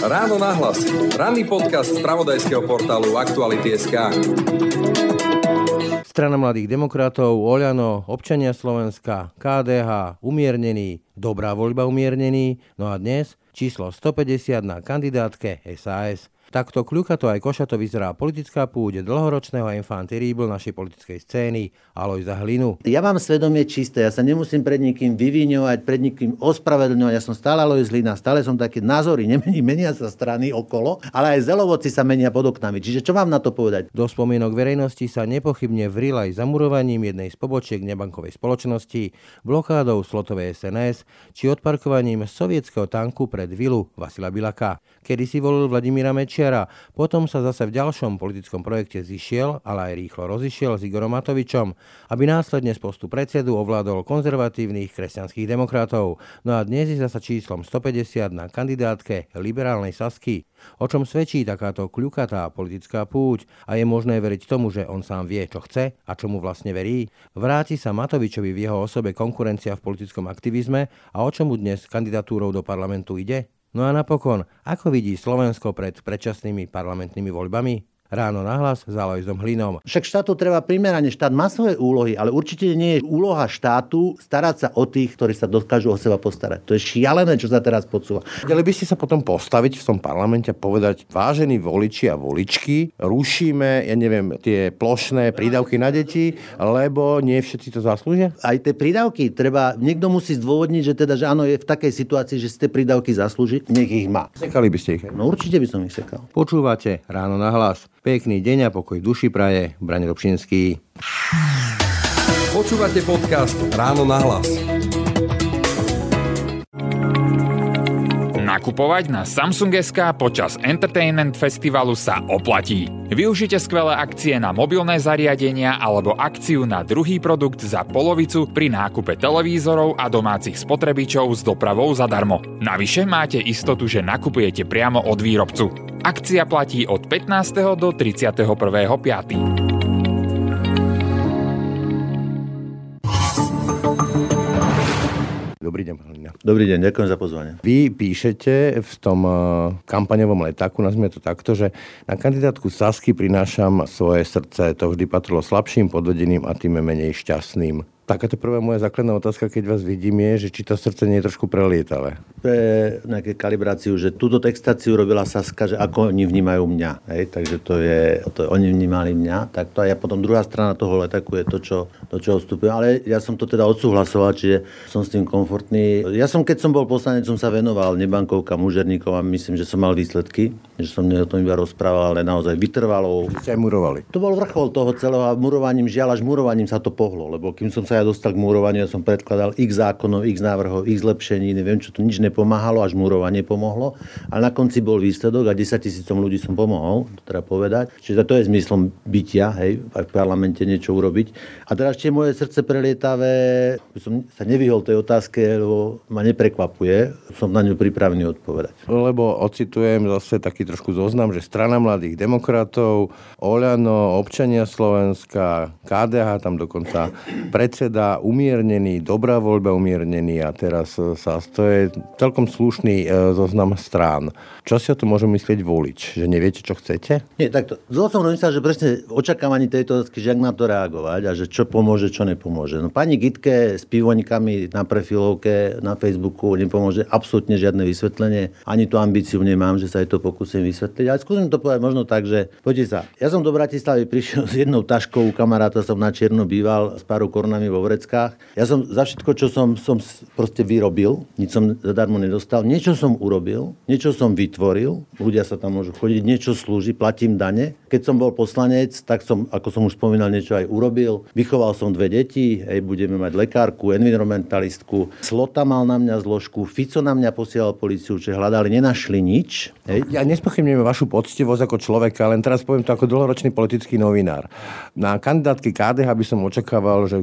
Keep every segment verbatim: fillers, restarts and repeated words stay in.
Ráno nahlas. Ranný podcast z spravodajského portálu Aktuality bodka es ká. Strana mladých demokratov, Oľano, Občania Slovenska, ká dé há, Umiernený, Dobrá voľba Umiernený, no a dnes číslo stopäťdesiat na kandidátke es a es. Takto kľukato aj košato vyzerá politická púť dlhoročného enfant terrible našej politickej scény Alojza Hlinu. Ja mám svedomie čisté, ja sa nemusím pred nikým vyviňovať, pred nikým ospravedlňovať. Ja som stále Alojz Hlina, stále som také názory, nemení, menia sa strany okolo, ale aj zelovodci sa menia pod oknami. Čiže čo mám na to povedať? Do spomienok verejnosti sa nepochybne vril aj zamurovaním jednej z pobočiek nebankovej spoločnosti, blokádou slotovej es en es či odparkovaním sovietskeho tanku pred vilu Vasila Bilaka. Kedy si volil Vladimíra Mečiara, potom sa zase v ďalšom politickom projekte zišiel, ale aj rýchlo rozišiel s Igorom Matovičom, aby následne z postu predsedu ovládol konzervatívnych kresťanských demokratov. No a dnes je zasa číslom stopäťdesiat na kandidátke liberálnej Sasky. O čom svedčí takáto kľukatá politická púť a je možné veriť tomu, že on sám vie, čo chce a čomu vlastne verí? Vráti sa Matovičovi v jeho osobe konkurencia v politickom aktivizme a o čomu dnes kandidatúrou do parlamentu ide? No a napokon, ako vidí Slovensko pred predčasnými parlamentnými voľbami? Ráno nahlas s Alojzom Hlinom. Však štátu treba primerane, štát má svoje úlohy, ale určite nie je úloha štátu starať sa o tých, ktorí sa dokážu o seba postarať. To je šialené, čo sa teraz podsúva. Chceli by ste sa potom postaviť v tom parlamente a povedať: vážení voliči a voličky, rušíme, ja neviem, tie plošné prídavky na deti, lebo nie všetci to zaslúžia? Aj tie prídavky treba, niekto musí zdôvodniť, že teda, že áno, je v takej situácii, že si tie prídavky zaslúži, nech ich má. Sekali by ste ich? No určite by som ich sekal. Počúvate Ráno nahlas. Pekný deň a pokoj duši praje Braň Robšinský. Počúvate podcast Ráno nahlas. Nakupovať na Samsung bodka es ká počas Entertainment Festivalu sa oplatí. Využite skvelé akcie na mobilné zariadenia alebo akciu na druhý produkt za polovicu pri nákupe televízorov a domácich spotrebičov s dopravou zadarmo. Navyše máte istotu, že nakupujete priamo od výrobcu. Akcia platí od pätnásteho do tridsiateho prvého piateho Dobrý deň, pán Hlina. Dobrý deň, ďakujem za pozvanie. Vy píšete v tom kampaňovom letáku, nazvime to takto, že na kandidátku Sasky prinášam svoje srdce, to vždy patrilo slabším, podvedeným a tým menej šťastným. Takáto prvá moja základná otázka, keď vás vidím, je, že či to srdce nie je trošku prelietavé. Pre nejaké kalibráciu, že túto textáciu robila Saska, že ako oni vnímajú mňa. Hej? Takže to je, to oni vnímali mňa. Tak to a ja potom druhá strana toho letáku je to, čo, to, čo vstupujem. Ale ja som to teda odsúhlasoval, čiže som s tým komfortný. Ja som, keď som bol poslanec, som sa venoval nebankovkám, mužerníkom a myslím, že som mal výsledky. Že som o tom iba rozprával, ale naozaj vytrvalo. Ste aj murovali. To bol vrchol toho celého a murovaním, žiaľ, až murovaním sa to pohlo, lebo kým som sa ja dostal k murovaniu, ja som predkladal x zákonov, x návrhov, x zlepšení, neviem čo, to nič nepomáhalo, až murovanie pomohlo, ale na konci bol výsledok a desaťtisícom ľudí som pomohol, to treba povedať. Čiže to je zmyslom bytia, hej, aj v parlamente niečo urobiť. A teraz ešte moje srdce prelietavé, som sa nevyhol tej otázke, lebo ma neprekvapuje, som na ňu pripravený odpovedať. Lebo ocitujem zase taký trošku zoznam, že Strana mladých demokratov, Oľano, Občania Slovenska, ká dé há, tam dokonca predseda, Umiernený, Dobrá voľba Umiernený a teraz sa to je celkom slušný e, zoznam strán. Čo si o to môže myslieť volič? Že neviete, čo chcete? Nie, takto. Zlo som rozmyslel, že presne v očakávaní tejto otázky, že ak na to reagovať a že čo pomôže, čo nepomôže. No pani Gitke s pivoňkami na prefilovke na Facebooku nepomôže absolútne žiadne vysvetlenie. Ani tú ambíciu nemám, že sa aj to pokúsim vysvetliť. Ale skúsim to povedať možno tak, že poďte sa. Ja som do Bratislavy prišiel s jednou taškou, kamaráta som na čierno býval s pár korunami vo vreckách. Ja som za všetko, čo som, som proste vyrobil, nič som zadarmo nedostal, niečo som urobil, niečo som vytvoril, ľudia sa tam môžu chodiť, niečo slúži, platím dane. Keď som bol poslanec, tak som, ako som už spomínal, niečo aj urobil. Vychoval som dve deti, hej, budeme mať lekárku, environmentalistku. Slota mal na mňa zložku, Fico na mňa posielal políciu, že hľadali, nenašli nič. Hej. Ja nespochybňujem vašu poctivosť ako človeka, len teraz poviem to ako dlhoročný politický novinár. Na kandidátky ká dé há by som očakával, že kresťan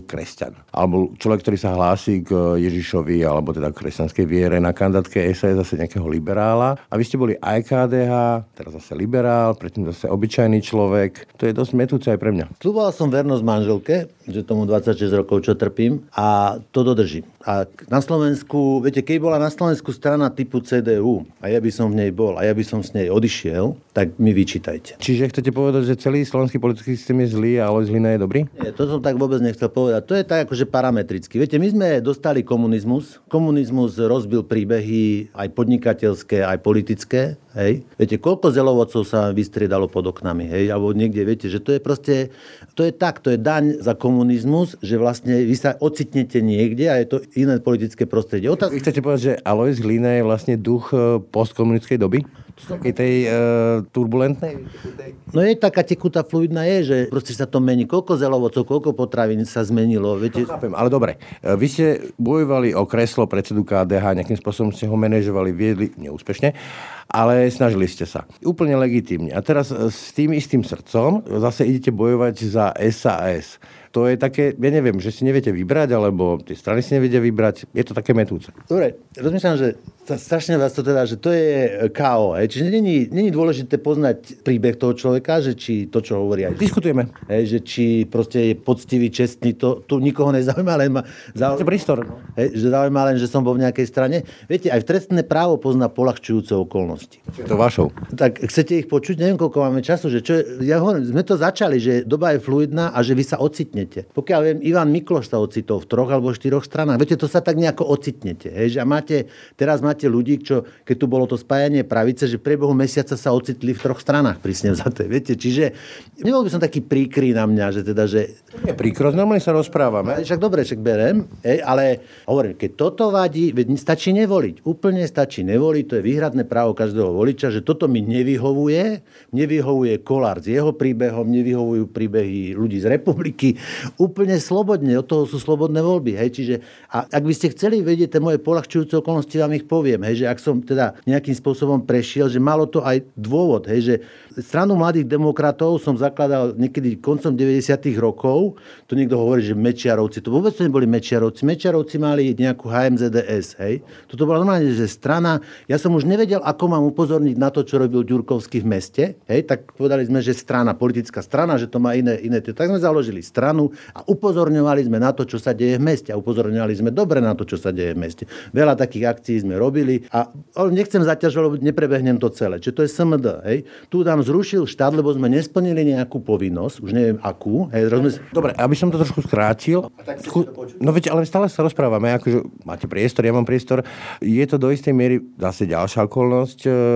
kresťan, alebo človek, ktorý sa hlási k Ježišovi, alebo teda k kresťanskej viere, na kandidátke es a es zase nejakého liberála. A vy ste boli aj ká dé há, teraz zase liberál, predtým zase obyčajný človek. To je dosť metúce aj pre mňa. Sľuboval som vernosť manželke, že tomu dvadsaťšesť rokov, čo trpím, a to dodržím. A na Slovensku, viete, keď bola na Slovensku strana typu cé dé ú a ja by som v nej bol a ja by som s nej odišiel, tak mi vyčítajte. Čiže chcete povedať, že celý slovenský politický systém je zlý a Alojz Hlina je dobrý? Nie, to som tak vôbec nechcel povedať. To je tak akože parametricky. Viete, my sme dostali komunizmus. Komunizmus rozbil príbehy aj podnikateľské, aj politické. Hej. Viete, koľko zelovodcov sa vystriedalo pod oknami, hej, alebo niekde, viete, že to je proste, to je tak, to je daň za komunizmus, že vlastne vy sa ocitnete niekde a je to iné politické prostredie. Otázka... Vy chcete povedať, že Alojz Hlina je vlastne duch postkomunistickej doby? Takej tej e, turbulentnej? No je taká tekutá fluidná je, že proste sa to mení. Koľko zelovodcov, koľko potravín sa zmenilo, viete? To chápem, ale dobre. Vy ste bojovali o kreslo predsedu ká dé há, nejakým spôsobom ste ho manažovali, viedli neúspešne, ale snažili ste sa. Úplne legitímne. A teraz s tým istým srdcom zase idete bojovať za es a es. To je také, ja neviem, že si neviete vybrať, alebo tie strany si nevedia vybrať. Je to také metúce. Dobre, rozmýšľam, že strašne vás to teda, že to je ká ó. Hej. Čiže není, není dôležité poznať príbeh toho človeka, že či to, čo hovorí aj... Diskutujeme. Hej, že či proste je poctivý, čestný, to tu nikoho nezaujíma, len ma zaujíma, prístor. Hej, že zaujíma len, že som bol v nejakej strane. Viete, aj v trestné právo pozná poľahčujúce okolnosti. Je to vašou. Tak chcete ich počuť? Neviem, koľko máme času. Že čo je, ja hovorím, sme to začali, že doba je fluidná a že vy sa ocitnete. Pokiaľ viem, Ivan Mikloš sa ocitol v troch alebo štyroch stranách. Viete, to sa tak nejako ocitnete. Hej? Že a máte, teraz máte ľudí, čo, keď tu bolo to spájanie pravice, že v priebehu mesiaca sa ocitli v troch stranách, prísne vzaté. Viete, čiže nebol by som taký príkry na mňa, že teda, že... Je príkrosť, normálne sa rozprávame. Však dobre, však berem, hej, ale hovorím, keď toto vadí, veď stačí nevoliť. Úplne stačí nevoliť, to je výhradné právo každého voliča, že toto mi nevyhovuje, nevyhovuje Kollár s jeho príbehom, nevyhovujú príbehy ľudí z republiky. Úplne slobodne, od toho sú slobodné voľby. Hej. Čiže, a ak by ste chceli vedieť tie moje poľahčujúce okolnosti, vám ich poviem. Hej, že ak som teda nejakým spôsobom prešiel, že malo to aj dôvod. Hej, že stranu mladých demokratov som zakladal niekedy koncom deväťdesiatych rokov. Tu niekto hovorí, že Mečiarovci. To vôbec to neboli Mečiarovci. Mečiarovci mali nejakú há em zet dé es. Hej. Toto bola normálne, že strana. Ja som už nevedel, ako mám upozorniť na to, čo robil Ďurkovský v meste. Hej, tak povedali sme, že strana, politická strana, že to má iné, iné. Tak sme založili stranu a upozorňovali sme na to, čo sa deje v meste. A upozorňovali sme dobre na to, čo sa deje v meste. Veľa takých akcií sme robili a nechcem zaťažovať, lebo neprebehnem to celé. Čiže to je es em dé. Hej. Tu nám zrušil štát, lebo sme nesplnili nejakú povinnosť, už neviem akú. Hej, rozumiem... Dobre, aby som to trošku skrátil. Skú... No veď, ale stále sa rozprávame, akože máte priestor, ja mám priestor. Je to do istej miery zase ďalšia okolnosť,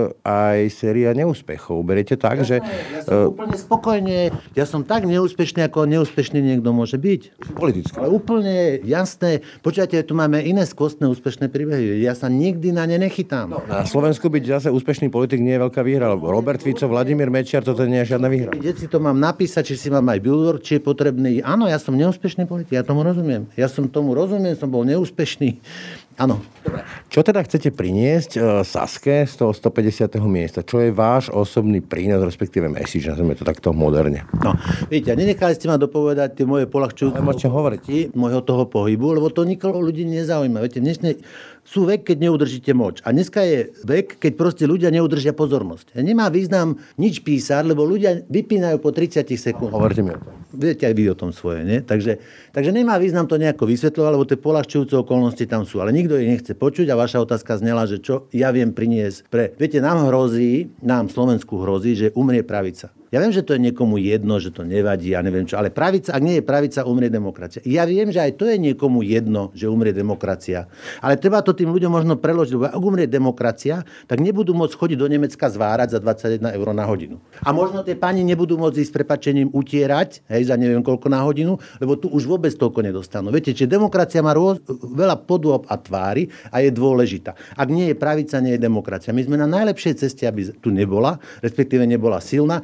aj séria neúspechov. Beriete tak, ja, že... Ja som uh... úplne spokojne, ja som tak neúspešný, ako neúspešný niekto môže byť. Politicky. Ale úplne jasné. Počujete, tu máme iné skvostné úspešné príbehy. Ja sa nikdy na ne nechytám. No, na Slovensku byť zase úspešný politik nie je veľká výhra, lebo Robert Fico, Vladimír Mečiar, toto nie je žiadna výhra. Keď si to mám napísať, či si mám aj billboard, či je potrebný. Áno, ja som neúspešný politik, ja tomu rozumiem. Ja som tomu rozumiem, som bol neúspešný. Áno. Čo teda chcete priniesť uh, Saske z toho stopäťdesiateho miesta? Čo je váš osobný prínos, respektíve message, nazvime to takto moderne? No, viete, nenechali ste ma dopovedať tie moje poľahčujúce môžete hovoriť môjho toho pohybu, lebo to nikoho ľudí nezaujíma. Viete, dnešne sú vek, keď neudržíte moč. A dneska je vek, keď proste ľudia neudržia pozornosť. Nemá význam nič písať, lebo ľudia vypínajú po tridsať sekúnd. Hovorte mi o tom. Viete aj vy o tom svoje, nie? Takže, takže nemá význam to nejako vysvetľovať, lebo tie poľahčujúce okolnosti tam sú. Ale nikto ich nechce počuť a vaša otázka znela, že čo ja viem priniesť pre... Viete, nám hrozí, nám Slovensku hrozí, že umrie pravica. Ja viem, že to je niekomu jedno, že to nevadí, ja neviem čo, ale pravica, ak nie je pravica, umrie demokracia. Ja viem, že aj to je niekomu jedno, že umrie demokracia. Ale treba to tým ľuďom možno preložiť, lebo ak umrie demokracia, tak nebudú môcť chodiť do Nemecka zvárať za dvadsaťjeden eur na hodinu. A možno tie pani nebudú môcť ísť s prepáčením utierať, hej, za neviem koľko na hodinu, lebo tu už vôbec toľko nedostanú. Viete, čiže demokracia má rôz, veľa podôb a tvári a je dôležitá. Ak nie je pravica, nie je demokracia. My sme na najlepšej ceste, aby tu nebola, respektíve nebola silná a bude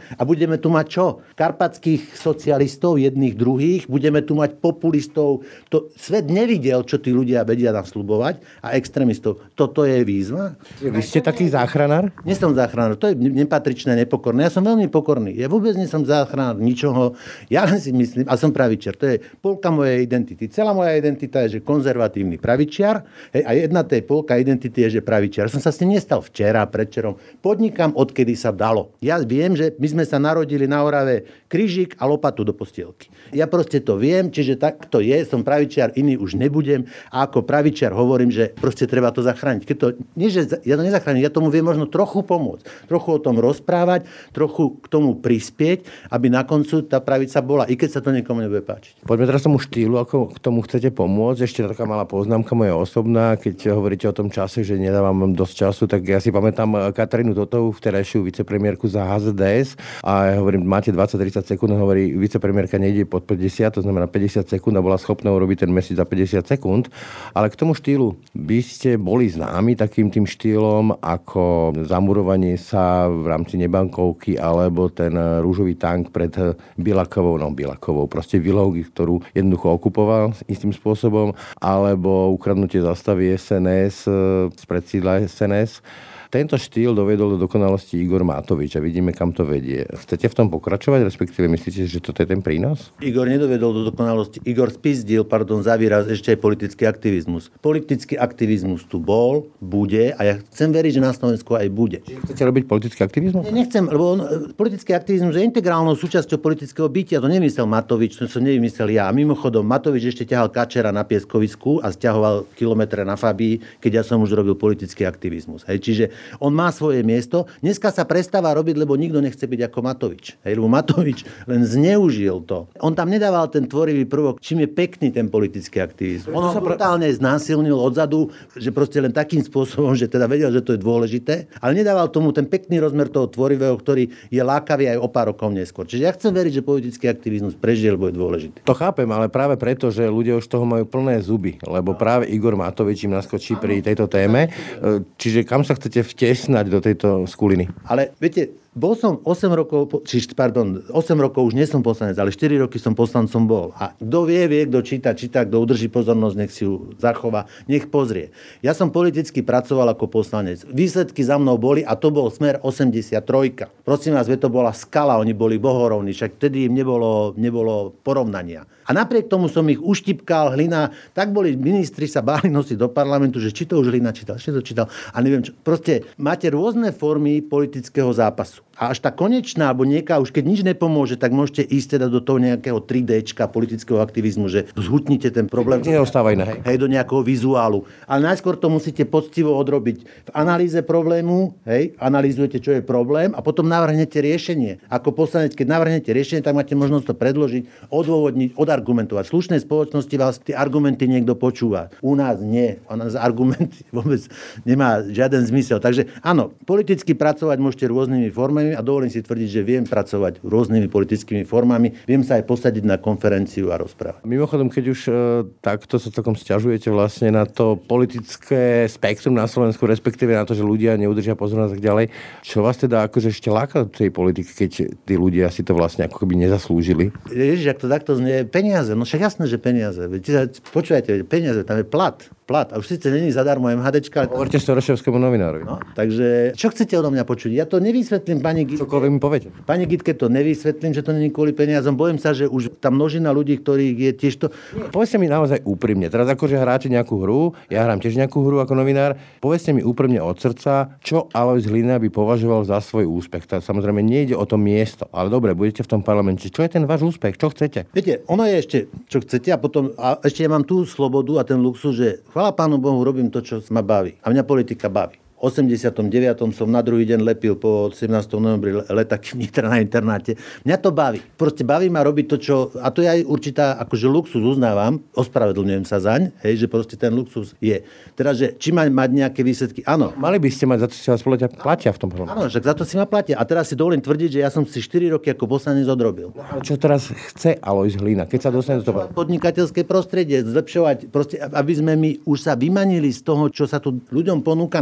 budeme tu mať čo? Karpatských socialistov, jedných, druhých, budeme tu mať populistov. To svet nevidel, čo tí ľudia vedia nám sľubovať, a extrémistov. Toto je výzva. Vy ste taký záchranár? Nie som záchranár, to je nepatričné, nepokorné. Ja som veľmi pokorný. Ja vôbec nie som záchranár ničoho. Ja len si myslím, a som pravičiar, to je polka mojej identity. Celá moja identita je, že konzervatívny pravičiar, hej, a jedna tej polka identity je, že pravičiar. Som sa s tým nestal včera, predčerom. Podnikám, odkedy sa dalo. Ja viem, že my sme sa narodili na Orave krížik a lopatu do postielky. Ja proste to viem, čiže tak to je, som pravičiar, iný už nebudem, a ako pravičiar hovorím, že proste treba to zachrániť. Keď to, nie, že ja to nezachránim, ja tomu viem možno trochu pomôcť, trochu o tom rozprávať, trochu k tomu prispieť, aby na koncu tá pravica bola, i keď sa to niekomu nebude páčiť. Poďme teraz tomu štýlu, ako k tomu chcete pomôcť. Ešte taká malá poznámka moja osobná, keď hovoríte o tom čase, že nedávam dosť času, tak ja si pamätám Katarínu Totovú, vterajšiu vicepremiérku za há zet dé es, a ja hovorím, máte dvadsať tridsať sekúnd, hovorí, vicepremiérka nejde pod päťdesiat, to znamená päťdesiat sekúnd, a bola schopná urobiť ten mesiac za päťdesiat sekúnd. Ale k tomu štýlu, by ste boli známi takým tým štýlom ako zamurovanie sa v rámci nebankovky alebo ten rúžový tank pred Bilakovou, no Bilakovou, proste vilou, ktorú jednoducho okupoval istým spôsobom, alebo ukradnutie zastavy es en es z predsídla es en es. Tento štýl dovedol do dokonalosti Igor Matovič a vidíme, kam to vedie. Chcete v tom pokračovať, respektíve myslíte, že toto je ten prínos? Igor nedovedol do dokonalosti. Igor spizdil, pardon, za výraz, ešte aj politický aktivizmus. Politický aktivizmus tu bol, bude, a ja chcem veriť, že na Slovensku aj bude. Čiže chcete robiť politický aktivizmus? Ja nechcem, lebo on, politický aktivizmus je integrálnou súčasťou politického bytia. To nemyslel Matovič, to som nevymyslel ja. Mimochodom, Matovič ešte ťahal kačera na pieskovisku a stiahoval kilometre na Fabii, keď ja som už robil politický aktivizmus. Hej, čiže on má svoje miesto. Dneska sa prestáva robiť, lebo nikto nechce byť ako Matovič. Hej, lebo Matovič len zneužil to. On tam nedával ten tvorivý prvok, čím je pekný ten politický aktivizmus. On ho brutálne znásilnil odzadu, že proste len takým spôsobom, že teda vedel, že to je dôležité, ale nedával tomu ten pekný rozmer toho tvorivého, ktorý je lákavý aj o pár rokov neskôr. Čiže ja chcem veriť, že politický aktivizmus prežije, lebo je dôležitý. To chápem, ale práve preto, že ľudia už toho majú plné zuby, lebo práve Igor Matovič im naskočí pri tejto téme. Čiže kam sa chcete vtesnať do tejto skuliny? Ale viete, bol som osem rokov, či, pardon, osem rokov už nie som poslanec, ale štyri roky som poslancom bol. A kto vie, vie, kto číta, číta, kto udrží pozornosť, nech si ju zachová, nech pozrie. Ja som politicky pracoval ako poslanec. Výsledky za mnou boli, a to bol Smer osemdesiattri. Prosím vás, to bola skala, oni boli bohorovní, však vtedy im nebolo, nebolo porovnania. A napriek tomu som ich uštipkal, Hlina, tak boli ministri, sa báli nosiť do parlamentu, že či to už Hlina čítal, či to čítal, a neviem čo. Proste máte rôzne formy politického zápasu. A až tá konečná, alebo nieká, už keď nič nepomôže, tak môžete ísť teda do toho nejakého tri déčka politického aktivizmu, že zhutnite ten problém. Neostávaj na hej. Hej, do nejakého vizuálu. Ale najskôr to musíte poctivo odrobiť v analýze problému, hej, analýzujete, čo je problém, a potom navrhnete riešenie. Ako poslanec, keď navrhnete riešenie, tak máte možnosť to predložiť, odôvodniť, odargumentovať. V slušnej spoločnosti vás tie argumenty niekto počúva. U nás nie. U nás argumenty vôbec nemá žiaden zmysel. Takže áno, politicky pracovať môžete rôznymi formami, a dovolím si tvrdiť, že viem pracovať rôznymi politickými formami, viem sa aj posadiť na konferenciu a rozprávať. Mimochodom, keď už e, takto sa celkom sťažujete vlastne na to politické spektrum na Slovensku, respektíve na to, že ľudia neudržia pozornosť a tak ďalej, čo vás teda akože ešte láka do tej politiky, keď tí ľudia si to vlastne ako keby nezaslúžili? Ježiš, ak to takto znie, peniaze, no však jasné, že peniaze. Počúvajte, peniaze, tam je plat. Plat. A už síce není zadarmo MHDčka. Hovorte Sorošovskému novinárovi. No, takže čo chcete odo mňa počuť? Ja to nevysvetlím pani Gitke. Čokoľvek mi poviete. Pani Gitke to nevysvetlím, že to není kvôli peniazom. Bojím sa, že už tá množina ľudí, ktorých je tiež to... Povedzte mi naozaj úprimne. Teraz akože hráte nejakú hru, ja hrám tiež nejakú hru ako novinár. Povedzte mi úprimne od srdca, čo Alojz Hlina by považoval za svoj úspech. Tak samozrejme nejde o to miesto, ale dobre, budete v tom parlamente. Čo je ten váš úspech? Čo chcete? Viete, ono je ešte, čo chcete, a potom a ešte ja mám tú slobodu a ten luxus, že chvála Pánu Bohu, robím to, čo ma baví. A mňa politika baví. V osemdesiatom deviatom som na druhý deň lepil po sedemnásteho novembri letáky vnitra na internáte. Mňa to baví. Proste baví ma robiť to, čo... A to je aj určitá, akože luxus, uznávam, ospravedlňujem sa zaň, hej, že proste ten luxus je. Teda, že či má mať nejaké výsledky, áno. Mali by ste mať, za to si vás platia, platia v tom probléme. Áno, však za to si ma platia. A teraz si dovolím tvrdiť, že ja som si štyri roky ako poslanec odrobil. No, ale čo teraz chce Alojz Hlina, keď sa dostane do toho? Podnikateľské prostredie, zlepšovať, proste, aby sme my už sa vymanili z toho, čo sa tu ľuďom ponúka narratív,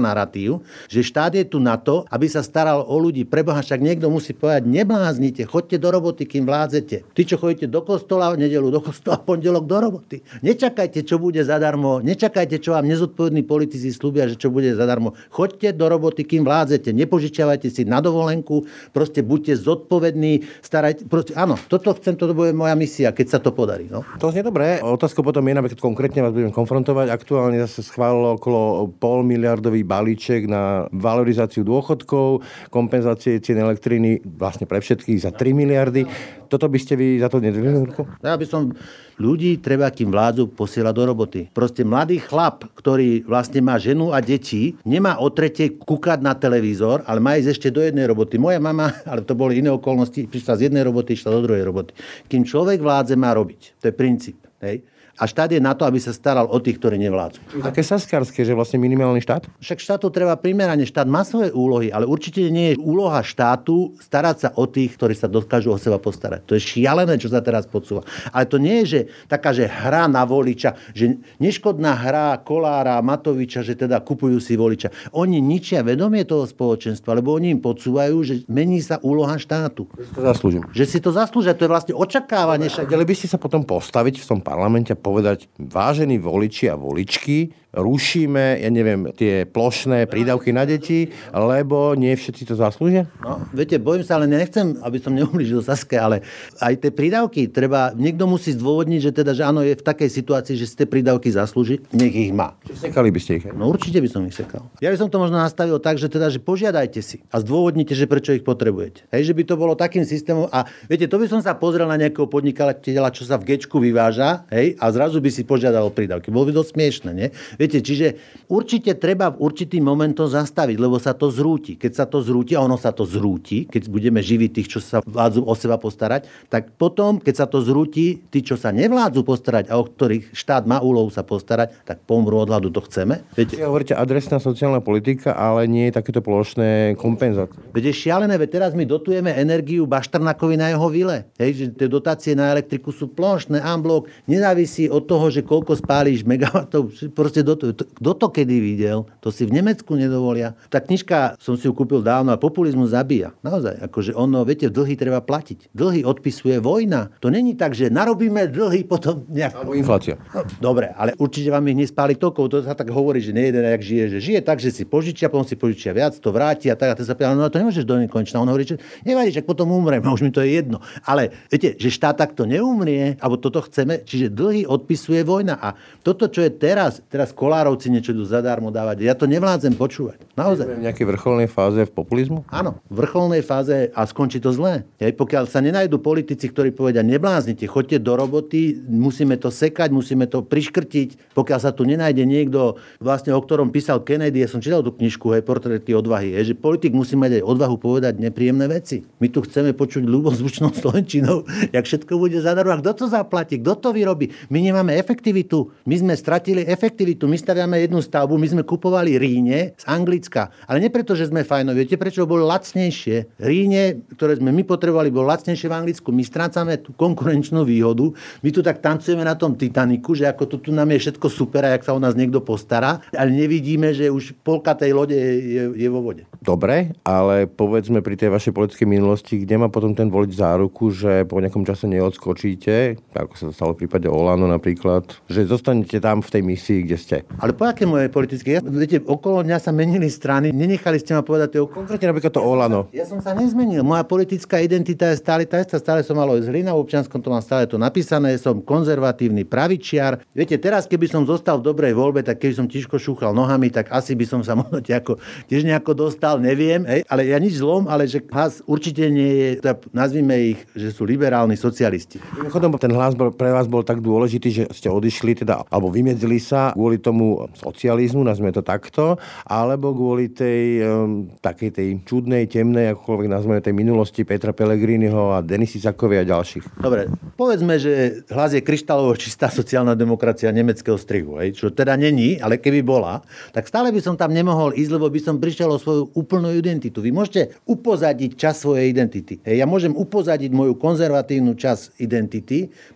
demokraciu, že štát je tu na to, aby sa staral o ľudí. Preboha, však niekto musí povedať, nebláznite, choďte do roboty, kým vládzete. Tí, čo chodíte do kostola, v nedeľu do kostola, pondelok do roboty. Nečakajte, čo bude zadarmo, nečakajte, čo vám nezodpovední politici slúbia, že čo bude zadarmo. Choďte do roboty, kým vládzete. Nepožičiavajte si na dovolenku, proste buďte zodpovední, starajte, proste, áno, toto chcem, toto bude moja misia, keď sa to podarí. No. To znie dobré. Otázka potom je, napríklad konkrétne vás budem konfrontovať. Aktuálne zase schválilo okolo pol miliardový balíček na valorizáciu dôchodkov, kompenzácie cien elektriny vlastne pre všetkých za tri miliardy. Toto by ste vy za to nedržali ruku? Ja by som ľudí, treba, kým vládzu, posielať do roboty. Proste mladý chlap, ktorý vlastne má ženu a deti, nemá o tretej kúkať na televízor, ale má ísť ešte do jednej roboty. Moja mama, ale to boli iné okolnosti, prišla z jednej roboty, išla do druhej roboty. Kým človek vládze, má robiť. To je princíp. Hej? A štát je na to, aby sa staral o tých, ktorí nevládzu. Také saskárske, že vlastne minimálny štát? Však štátu treba primerane. Štát má svoje úlohy, ale určite nie je úloha štátu starať sa o tých, ktorí sa dokážu o seba postarať. To je šialené, čo sa teraz podsúva. Ale to nie je, že taká, že hra na voliča, že neškodná hra Kolára, Matoviča, že teda kupujú si voliča. Oni ničia vedomie toho spoločenstva, lebo oni im podsúvajú, že mení sa úloha štátu. Že si to zaslúžim. Že si to zaslúžia, to je vlastne očakávanie. Vedeli by ste sa potom postaviť v tom parlamente povedať, vážení voliči a voličky, rušíme, ja neviem, tie plošné prídavky na deti, lebo nie všetci to zaslúžia? No, viete, bojím sa, ale nechcem, aby som neublížil Saske, ale aj tie prídavky treba, niekto musí zdôvodniť, že teda, že áno, je v takej situácii, že si tie prídavky zaslúži, nech ich má. Sekali by ste ich? No určite by som ich sekal. Ja by som to možno nastavil tak, že teda, že požiadajte si a zdôvodnite, že prečo ich potrebujete. Hej, že by to bolo takým systémom a viete, to by som sa pozrel na nejakého podnikateľa, čo sa v gečku vyváža, hej, a zrazu by si požiadal o prídavky. Bolo by to smiešne, nie? Viete, čiže určite treba v určitý moment to zastaviť, lebo sa to zrúti. Keď sa to zrúti, a ono sa to zrúti, keď budeme živiť tých, čo sa vládzu o seba postarať, tak potom, keď sa to zrúti, tí, čo sa nevládzu postarať a o ktorých štát má úlohu sa postarať, tak pomrú od hladu, to chceme. Viete? Ja hovoríte adresná sociálna politika, ale nie je takéto plošné kompenzácie. Veď je šialené, veď teraz my dotujeme energiu Bašternakovi na jeho vile. Hej, že tie dotácie na elektriku sú plošné, unblock, nezávisí od toho, že koľko spálíš megawattov, proste dotujú. Kto to kedy videl? To si v Nemecku nedovolia. Tá knižka, som si ju kúpil dávno, a populizmus zabíja. Naozaj, akože ono, viete, dlhy treba platiť. Dlhy odpisuje vojna. To není tak, že narobíme dlhy, potom nejak... Alebo inflácia. No, dobre, ale určite vám ich nespáli toľko. To sa tak hovorí, že nejeden jak žije, že žije tak, že si požičia, potom si požičia viac, to vráti a tak. A ten sa pýta, no to nemôžeš do nekonečna. On hovorí, že nevadí, že potom umrem, a už mi to je jedno. Ale viete, že štát takto neumrie, alebo toto chceme, čiže dlhy odpisuje vojna. A toto, čo je teraz, teraz Kolárovci niečo idú zadarmo dávať. Ja to nevládzem počúvať. Naozaj. V nejakej vrcholnej fáze v populizmu? Áno, v vrcholnej fáze a skončí to zlé. Hej, pokiaľ sa nenajdú politici, ktorí povedia, nebláznite, choďte do roboty, musíme to sekať, musíme to priškrtiť. Pokiaľ sa tu nenájde niekto, vlastne o ktorom písal Kennedy, ja som čítal tú knižku, hej, Portréty odvahy, hej, že politik musí mať aj odvahu povedať nepríjemné veci. My tu chceme počuť ľubozvučnou slovenčinou, jak všetko bude zadarmo. A kto to zaplatí? Kto to vyrobí? My nemáme efektivitu. My sme stratili efektivitu. My staviame jednu stavbu, my sme kupovali Ríne z Anglicka. Ale nie preto, že sme fajnoví. Viete, prečo bolo lacnejšie? Ríne, ktoré sme my potrebovali, bolo lacnejšie v Anglicku. My strácame tú konkurenčnú výhodu. My tu tak tancujeme na tom Titaniku, že ako to tu nám je všetko super a jak sa o nás niekto postará, ale nevidíme, že už polka tej lode je, je, je vo vode. Dobre, ale povedzme pri tej vašej politickej minulosti, kde má potom ten volič záruku, že po nejakom čase neodskočíte, ako sa to stalo v prípade Olano napríklad, že zostanete tam v tej misii, kde ste. Ale po aké moje politické? Ja, viete, okolo mňa sa menili strany, nenechali ste ma povedať... Konkrétne napríklad to Olano. Ja som sa nezmenil. Moja politická identita je stále tá istá. Stále som mal z Hlina, v občianskom to mám stále to napísané. Som konzervatívny pravičiar. Viete, teraz keby som zostal v dobrej voľbe, tak keby som tiško šúchal nohami, tak asi by som sa možno nejako, tiež nejako dostal, neviem. Hej? Ale ja nič zlom, ale že hlas určite nie je, teda nazvime ich, že sú liberálni socialisti. Chodom, ten hlas bol, pre vás bol tak dôležitý, že ste odišli, teda, alebo vymedzili sa kvôli tomu socializmu, nazvime to takto, alebo kvôli tej um, takej tej čudnej, temnej, akokoľvek nazveme tej minulosti Petra Pellegriniho a Denisy Sakovej a ďalších. Dobre, povedzme, že hlas je kryštálovo čistá sociálna demokracia nemeckého strihu, hej, čo teda není, ale keby bola, tak stále by som tam nemohol ísť, lebo by som prišiel o svoju úplnú identitu. Vy môžete upozadiť čas svojej identity. Hej, ja môžem upozadiť moju konzervatívnu časť identity pre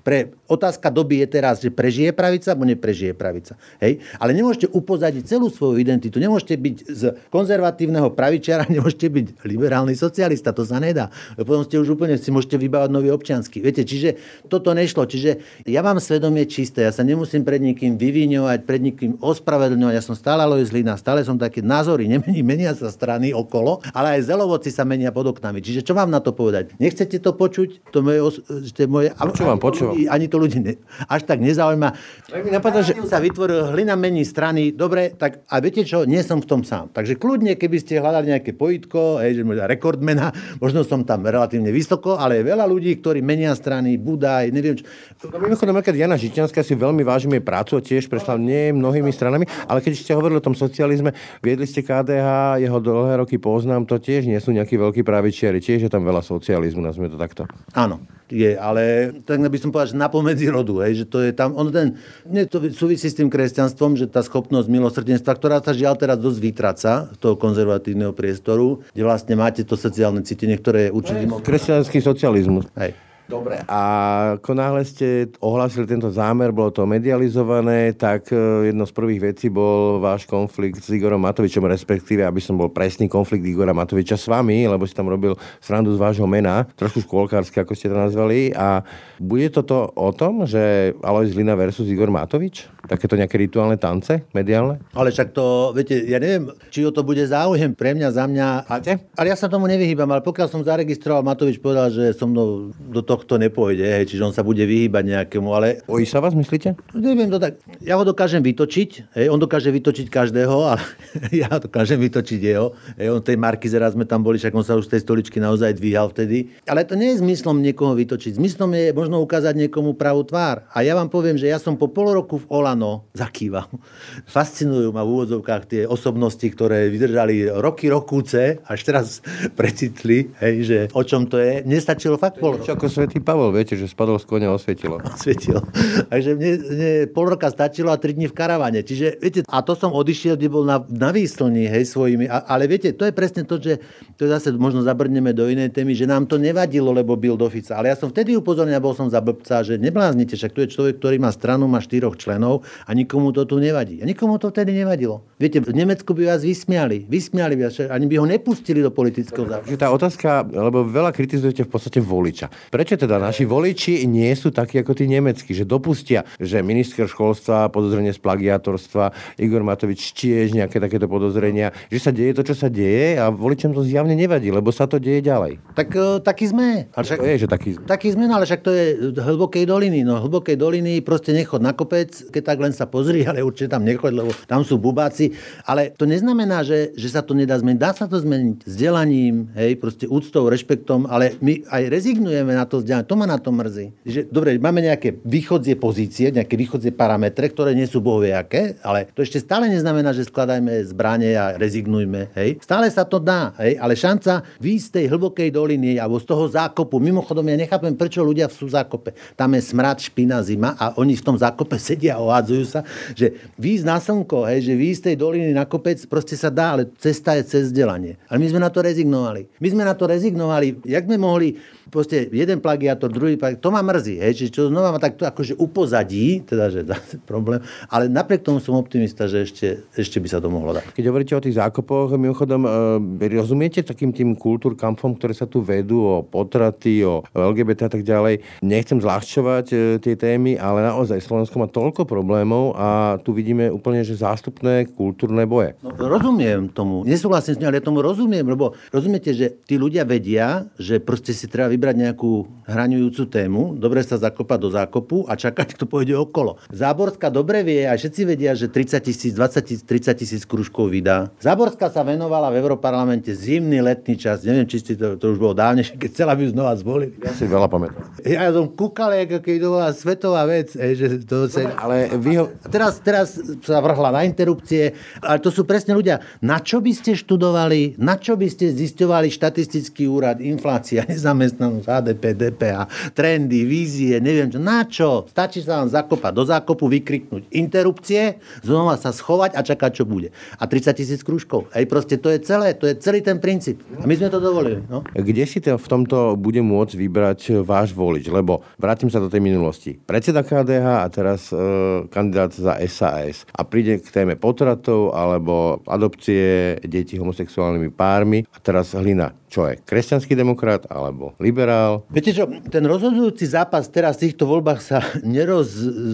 otázka doby je teraz, že prežije pravica, alebo neprežije pravica. Hej? Ale nemôžete upozadiť celú svoju identitu. Nemôžete byť z konzervatívneho pravičiara, nemôžete byť liberálny socialista. To sa nedá. Potom ste už úplne si môžete vybávať nový občiansky. Viete, čiže toto nešlo. Čiže ja mám svedomie čisté. Ja sa nemusím pred nikým vyviňovať, pred nikým ospravedlňovať. Ja som stále Alojz Hlina, stále som také názory. Nemení, menia sa strany okolo, ale aj zelovoci sa menia pod oknami. Čiže čo mám na to povedať? Nechcete to počuť? To moje, to moje počúvam, počúvam. Ani to ľudí ne, až tak nezaujíma. Mi napadá, že sa vytvoril Hlina mení strany. Dobre, tak a viete čo? Nie som v tom sám. Takže kľudne, keby ste hľadali nejaké pojitko, hej, že rekordmena, možno som tam relatívne vysoko, ale je veľa ľudí, ktorí menia strany, Budaj, neviem čo. Mimochodom, keď Jana Žitňanská si veľmi vážime prácu, tiež prešla nie mnohými stranami, ale keď ste hovorili o tom socializme, viedli ste ká dé há, jeho dlhé roky poznám, to tiež nie sú nejakí veľkí pravičiari, tiež je tam veľa socializmu, nazvime to takto. Áno. Je, ale tak by som povedal, že napomedzi rodu, hej, že to je tam, on ten, nie, to súvisí s tým kresťanstvom, že tá schopnosť milosrdenstva, ktorá sa žiaľ teraz dosť vytraca z toho konzervatívneho priestoru, kde vlastne máte to sociálne cítenie, ktoré je určite... Kresťanský socializmus. Hej. Dobre, a ako náhle ste ohlásili tento zámer, bolo to medializované, tak jedno z prvých vecí bol váš konflikt s Igorom Matovičom, respektíve, aby som bol presný, konflikt Igora Matoviča s vami, lebo si tam robil srandu z vášho mena, trošku škôlkársky, ako ste to nazvali. A bude toto o tom, že Alojz Hlina versus Igor Matovič? Takéto nejaké rituálne tance mediálne? Ale však to, viete, ja neviem, či o to bude záujem pre mňa, za mňa. Máte? Ale ja sa tomu nevyhýbam, ale pokiaľ som zaregistroval, Matovič povedal, že so mnou do tohto nepôjde, hej, čiže on sa bude vyhýbať nejakému, ale... Bojí sa vás, myslíte? Neviem to tak. Ja ho dokážem vytočiť, hej, on dokáže vytočiť každého, ale ja dokážem vytočiť jeho. Hej, on tej Markize raz sme tam boli, však on sa už z tej stoličky naozaj dvíhal vtedy. Ale to nie je zmyslom niekoho vytočiť. Zmyslom je možno ukázať niekomu pravú tvár. A ja vám poviem, že ja som po pol roku v Olano zakýval. Fascinujú ma v úvodzovkách tie osobnosti, ktoré vydržali roky, rokúce, až teraz precitli, hej, že o čom to je. Nestačilo fakt pol roku. Ako svätý Pavol, viete, že spadol z koňa, osvietilo. Osvietilo. Takže mne, mne pol roka stačilo a tri dni v karavane. Čiže, viete, a to som odišiel, kde bol na, na výslni, hej, svojimi. A, ale viete, to je presne to, že to zase možno zabrneme do inej témy, že nám to nevadilo, lebo byl do Fica. Ale ja som vtedy upozornil, bol som za blbca, že nebláznite, však tu je človek, ktorý má stranu, má štyroch členov a nikomu to tu nevadí. A nikomu to vtedy nevadilo. Viete, v Nemecku by vás vysmiali. Vysmiali by vás, ani by ho nepustili do politického závodu. Tá otázka, lebo veľa kritizujete v podstate voliča. Prečo teda naši voliči nie sú takí ako tí nemeckí, že dopustia, že minister školstva podozrenie z plagiátorstva, Igor Matovič tiež nejaké takéto podozrenia, že sa deje to, čo sa deje a voličom to zjavne nevadí, lebo sa to deje ďalej. Tak uh, taký sme. Ale však, to je, že taký sme. Taký sme, ale však to je hlbokej doliny. No hlbokej doliny proste nechod na kopec, keď tak len sa pozri, ale určite tam nechod, lebo tam sú bubáci. Ale to neznamená, že, že sa to nedá zmeniť. Dá sa to zmeniť vzdelaním, hej, proste úctou, rešpektom, ale my aj rezignujeme na to vzdelanie. To ma na to mrzí. Že, dobre, máme nejaké východzie pozície, nejaké východzie parametre, ktoré nie sú bohoviaké, ale to ešte stále neznamená, že skladajme zbrane a rezignujme. Hej. Stále sa to dá, hej, ale šanca výjsť z tej hlbokej doliny alebo z toho zákopu. Mimochodom, ja nechápem, prečo ľudia sú v zákope. Tam je smrad, špina, zima a oni v tom zákope sedia a ohádzajú sa, že výjsť na slnko, hej, že výjsť z tej doliny na kopec, proste sa dá, ale cesta je cez vzdelanie. Ale my sme na to rezignovali. My sme na to rezignovali. Jak sme mohli proste jeden plagiátor, druhý plagiátor, to ma mrzí, hej, čiže čo znova ma takto akože upozadí, teda, že zase problém, ale napriek tomu som optimista, že ešte, ešte by sa to mohlo dať. Keď hovoríte o tých zákopoch, mimochodom, e, rozumiete takým tým kultúrkampom, ktoré sa tu vedú, o potraty, o el gé bé té a tak ďalej. Nechcem zľahčovať e, tie témy, ale naozaj Slovensko má toľko problémov a tu vidíme úplne, že zástupné kultúrne boje. No, rozumiem tomu, nesúhlasím s ním, ale ja tomu rozumiem, lebo rozumiete, že tí ľudia vedia, že proste si treba vybrať nejakú hraňujúcu tému, dobre sa zakopať do zákopu a čakať, kto pôjde okolo. Záborská dobre vie a všetci vedia, že tridsať tisíc, dvadsať tisíc, tridsať tisíc krúžkov vydá. Záborská sa venovala v Europarlamente zimný, letný čas. Neviem, či ste to, to už bolo dávnejšie, keď chcela by znova zvolili. Ja si veľa pamätám. Ja som kúkal, keď to bola svetová vec. Ej, že to sa... Ale Vy ho... teraz, teraz sa vrhla na interrupcie, ale to sú presne ľudia. Na čo by ste študovali, na čo by ste zisťovali štatistický úrad, inflácia, nezamestnanosť, há dé pé, dé pé há, trendy, vízie, neviem čo. Na čo? Stačí sa vám zakopať do zákopu, vykriknúť interrupcie, znova sa schovať a čakať, čo bude. A tridsať tisíc krúžkov. Ej, proste to je celé, to je celý ten princíp. A my sme to dovolili. No? Kde si to v tomto bude môcť vybrať váš volič? Lebo vrátim sa do tej minulosti. Predseda ká dé há a teraz e, kandidát za es a es. A príde k téme potratov alebo adopcie detí homosexuálnymi pármi. A teraz Hlina, čo je? Kresťanský demokrat alebo liberál? Viete čo, ten rozhodujúci zápas teraz v týchto voľbách sa neroz...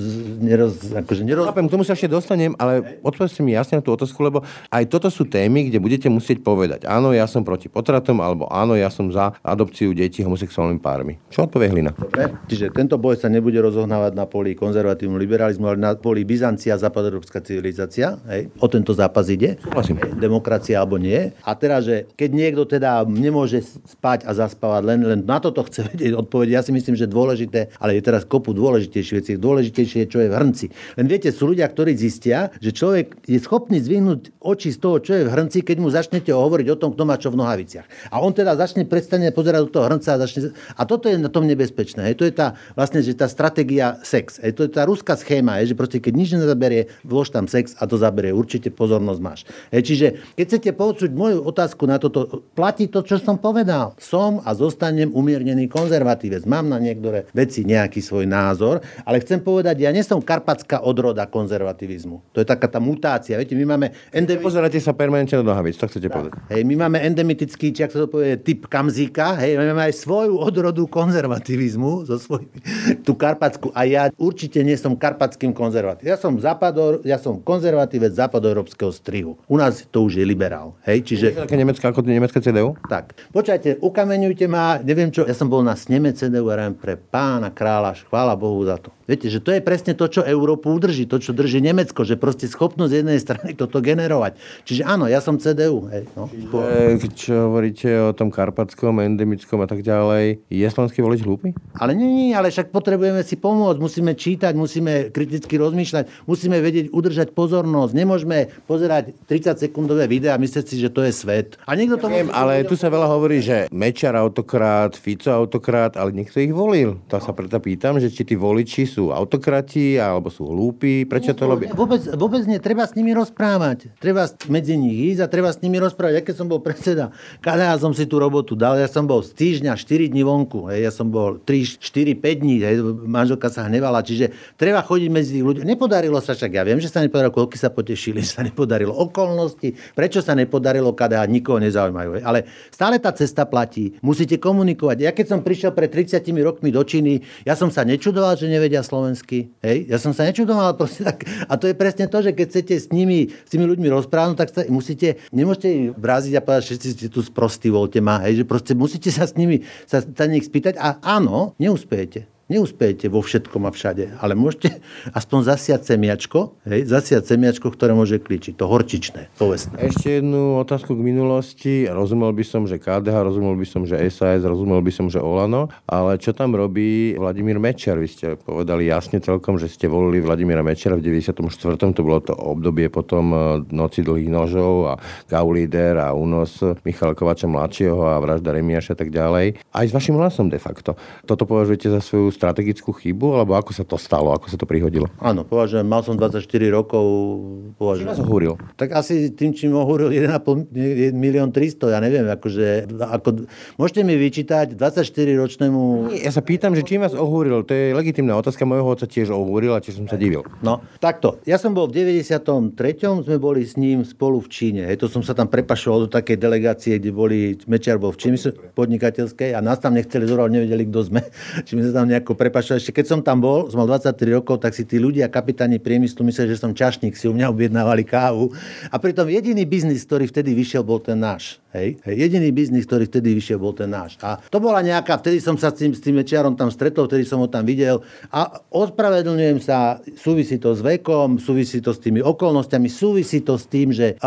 neroz akože neroz... Chápem, k tomu sa ešte dostanem, ale odpovedzte mi jasne na tú otázku, lebo aj toto sú témy, kde budete musieť povedať, áno, ja som proti potratom, alebo áno, ja som za adopciu detí homosexuálnymi pármi. Čo odpovie Hlina? Dobre, čiže tento boj sa nebude rozohnávať na poli konzervatívnu liberalizmu, ale na poli Byzancia, západoeurópska civilizácia. Hej. O tento zápas ide. Súhlasím. Demokracia alebo nie. A teraz, že keď niekto teda nemôže spať a zaspávať, len, len na toto chce vedieť odpovedť, ja si myslím, že dôležité, ale je teraz kopu dôležitejšie veci. Dôležitejšie je, čo je v hrnci. Len viete, sú ľudia, ktorí zistia, že človek je schopný zdvihnúť oči z toho, čo je v hrnci, keď mu začnete hovoriť o tom, kto má čo v nohaviciach. A on teda začne prestane pozerať do toho hrnca a začne... A toto je na tom nebezpečné. Hej. To je tá vlastne, že tá stratégia sex. Hej. To je tá ruská schéma, hej, že proste keď nič nezaberie, vlož tam sex a to zaberie. Určite pozornosť máš. Hej. Čiže keď chcete počuť moju otázku na toto, platí to, čo som povedal. Som a zostanem umiernený konzervatívec. Mám na niektoré veci nejaký svoj názor, ale chcem povedať, ja nie som karpatská odroda konzervativizmu. To je taká tá mutácia. Viete, my máme endemi... Pozerajte sa permanentne do nohavíc, to chcete povedať. Hej, my máme endemitický, či ak sa to povie, typ kamzíka, hej, my máme aj svoju odrodu konzervativizmu, zo svojimi, tú karpatskú, a ja určite nie som karpatským konzervatívom. Ja som západor, ja som konzervatívec západoeurópskeho strihu. U nás to už je liberál, hej, čiže... Také nemecké, ako nemecké cé dé ú? Tak, počkajte, ukameňujte ma, neviem čo, ja som bol na sneme cé dé ú er em pre pána kráľa, chvála Bohu za to. Viete, že to je presne to, čo Európu udrží, to, čo drží Nemecko, že proste schopnosť jednej strany toto generovať. Čiže áno, ja som cé dé ú. Hej, no. Čiže, čo hovoríte o tom karpatskom, endemickom a tak ďalej, je slovenský volič hlúpy? Ale nie, nie, ale však potrebujeme si pomôcť, musíme čítať, musíme kriticky rozmýšľať, musíme vedieť udržať pozornosť. Nemôžeme pozerať tridsaťsekundové videá a myslieť si, že to je svet. A niekto to Neviem, ale tu sa veľa hovorí, že Mečiar autokrát, Fico autokrát, ale niekto ich volil. To sa preto pýtam, že či tí voliči sú autokrati alebo sú hlúpi, prečo to robia? Vôbec, vôbec nie, treba s nimi rozprávať. Treba medzi nich ísť a treba s nimi rozprávať. Ja keď som bol predseda ká dé há, som si tú robotu dal, ja som bol z týždňa štyri dní vonku, hej, ja som bol tri, štyri, päť dní, hej, manželka sa hnevala, čiže treba chodiť medzi ľuďmi. Nepodarilo sa však, ja viem, že sa nepodarilo, koľko sa potešili, že sa nepodarilo okolnosti, prečo sa nepodarilo, ká dé há nikoho nezaujímajú, hej. Ale stále tá cesta platí, musíte komunikovať. Ja keď som prišiel pred tridsiatimi rokmi do Číny, ja som sa nečudoval, že nevedia slovensky, hej, ja som sa nečudoval, proste tak. A to je presne to, že keď chcete s nimi, s tými ľuďmi rozprávať, tak sa musíte, nemôžete ich vraziť a povedať, že ste tu sprostí, voľte ma, hej, že proste musíte sa s nimi sa na nich spýtať a áno, neúspejete. Neúspejete vo všetkom a všade, ale môžete aspoň zasiať semiačko, hej, zasiať semiačko, ktoré môže klíčiť, to horčičné, povestné. Ešte jednu otázku k minulosti. Rozumel by som, že ká dé há, rozumel by som, že es a es, rozumel by som, že Olano, ale čo tam robí Vladimír Mečiar? Vy ste povedali jasne celkom, že ste volili Vladimíra Mečiara v deväťdesiatom štvrtom To bolo to obdobie potom Noci dlhých nožov a Gaulíder a únos Michala Kováča mladšieho a vražda Remiáša a tak ďalej. Aj s vašim hlasom de facto. Toto považujete za svoju strategickú chybu, alebo ako sa to stalo, ako sa to prihodilo? Áno, považujem, mal som dvadsaťštyri rokov. Považujem. Čím vás ohúril? Tak asi tým, čím ohúril jeden a pol milión tristo, ja neviem, akože, ako, môžete mi vyčítať dvadsaťštyriročnému... Ja sa pýtam, že čím vás ohúril? To je legitímna otázka, môjho otca tiež ohúril a tiež som sa divil. No, takto. Ja som bol v deväťdesiatom treťom sme boli s ním spolu v Číne. Hej, to som sa tam prepašoval do takej delegácie, kde boli, Mečiar bol v Číne podnikateľskej a nás tam nechceli zorovať, nevedeli, kto sme. Či my sa tam nejako prepašoval. Ešte keď som tam bol, som mal dvadsaťtri rokov, tak si tí ľudia, kapitáni priemyslu, mysleli, že som čašník, si u mňa objednávali kávu. A pritom jediný biznis, ktorý vtedy vyšiel, bol ten náš. Hej? Hej, jediný biznis, ktorý vtedy vyšiel, bol ten náš. A to bola nejaká, vtedy som sa s tým, s tým Mečiarom tam stretol, vtedy som ho tam videl. A ospravedlňujem sa, súvisí to s vekom, súvisí to s tými okolnostiami, súvisí to s tým, že a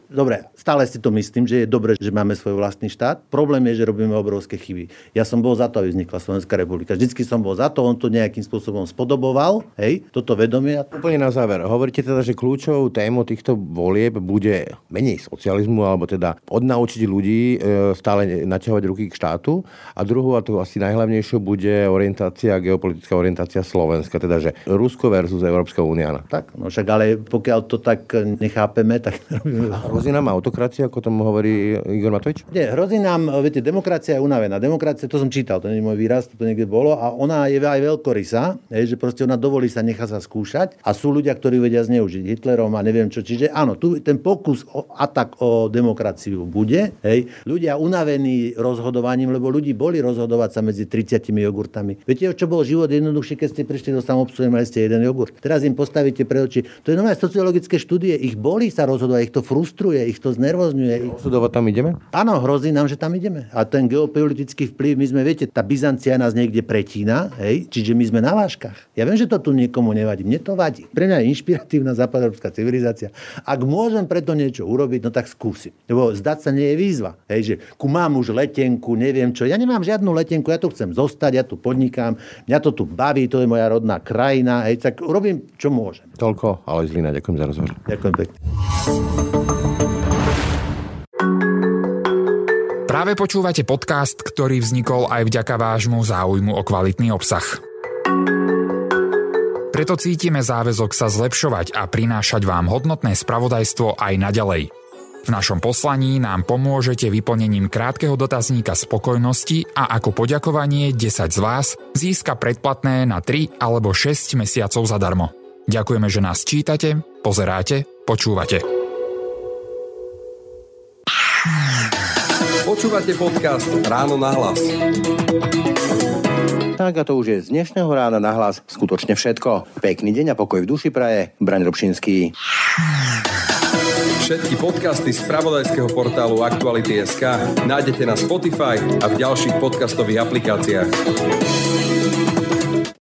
dobre, stále si to myslím, že je dobre, že máme svoj vlastný štát. Problém je, že robíme obrovské chyby. Ja som bol za to, aby vznikla Slovenská republika. Vždycky som bol za to, on to nejakým spôsobom spodoboval, hej, toto vedomie. Úplne na záver. Hovoríte teda, že kľúčovou témou týchto volieb bude menej socializmu, alebo teda odnaučiť ľudí stále naťahovať ruky k štátu. A druhú, a to asi najhlavnejšou, bude orientácia, geopolitická orientácia Slovenska, teda že Rusko versus Európska únia. Tak, no však ale pokiaľ to tak nechápeme, tak hrozí nám autokracia, ako tomu hovorí Igor Matovič? Nie, hrozí nám, viete, demokracia je unavená. Demokracia, to som čítal, to nie je môj výraz, to niekde bolo, a ona je aj veľkorysá, že proste ona dovolí sa, nechá sa skúšať, a sú ľudia, ktorí vedia zneužiť Hitlerom a neviem čo. Čiže áno, tu ten pokus o atak o demokraciu bude, hej. Ľudia unavení rozhodovaním, lebo ľudí boli rozhodovať sa medzi tridsiatimi jogurtami. Viete, čo bol život jednoduchšie, keď ste prišli do samoobsluhy, mali ste jeden jogurt. Teraz im postavíte pred oči. To je nové sociologické štúdie, ich boli sa rozhodovať, ich to frustruje, ich to znervozňuje. Osudovať tam ideme? Áno, hrozí nám, že tam ideme. A ten geopolitický vplyv, my sme, viete, tá Byzancia nás niekde pretína, hej, čiže my sme na vážkach. Ja viem, že to tu niekomu nevadí, mne to vadí. Pre mňa je inšpiratívna západoeurópska civilizácia. Ak môžem preto niečo urobiť, no tak skúsim. Lebo zdať sa nie je výzva, hej, že ku mám už letenku, neviem čo. Ja nemám žiadnu letenku, ja tu chcem zostať, ja tu podnikám, mňa to tu baví, to je moja rodná krajina, hej, tak robím, čo môžem. Toľko, ale Zlina, ďakujem za rozhovor. Ďakujem pekne. Práve počúvate podcast, ktorý vznikol aj vďaka vášmu záujmu o kvalitný obsah. Preto cítime záväzok sa zlepšovať a prinášať vám hodnotné spravodajstvo aj naďalej. V našom poslaní nám pomôžete vyplnením krátkeho dotazníka spokojnosti a ako poďakovanie desať z vás získa predplatné na tri alebo šesť mesiacov zadarmo. Ďakujeme, že nás čítate, pozeráte, počúvate. Počúvate podcast Ráno na hlas. Tak a to už je z dnešného Rána na hlas skutočne všetko. Pekný deň a pokoj v duši praje Braň Robšinský. Všetky podcasty z spravodajského portálu Aktuality bodka es ká nájdete na Spotify a v ďalších podcastových aplikáciách.